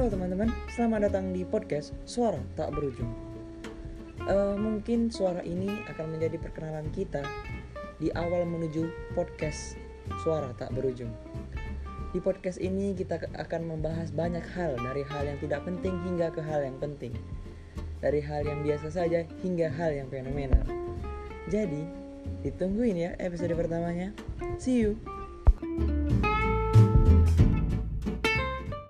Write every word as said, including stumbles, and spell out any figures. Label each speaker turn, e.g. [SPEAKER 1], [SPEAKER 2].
[SPEAKER 1] Halo teman-teman, selamat datang di podcast Suara Tak Berujung. uh, Mungkin suara ini akan menjadi perkenalan kita di awal menuju podcast Suara Tak Berujung. Di podcast ini kita akan membahas banyak hal, dari hal yang tidak penting hingga ke hal yang penting, dari hal yang biasa saja hingga hal yang fenomenal. Jadi, ditungguin ya episode pertamanya. See you.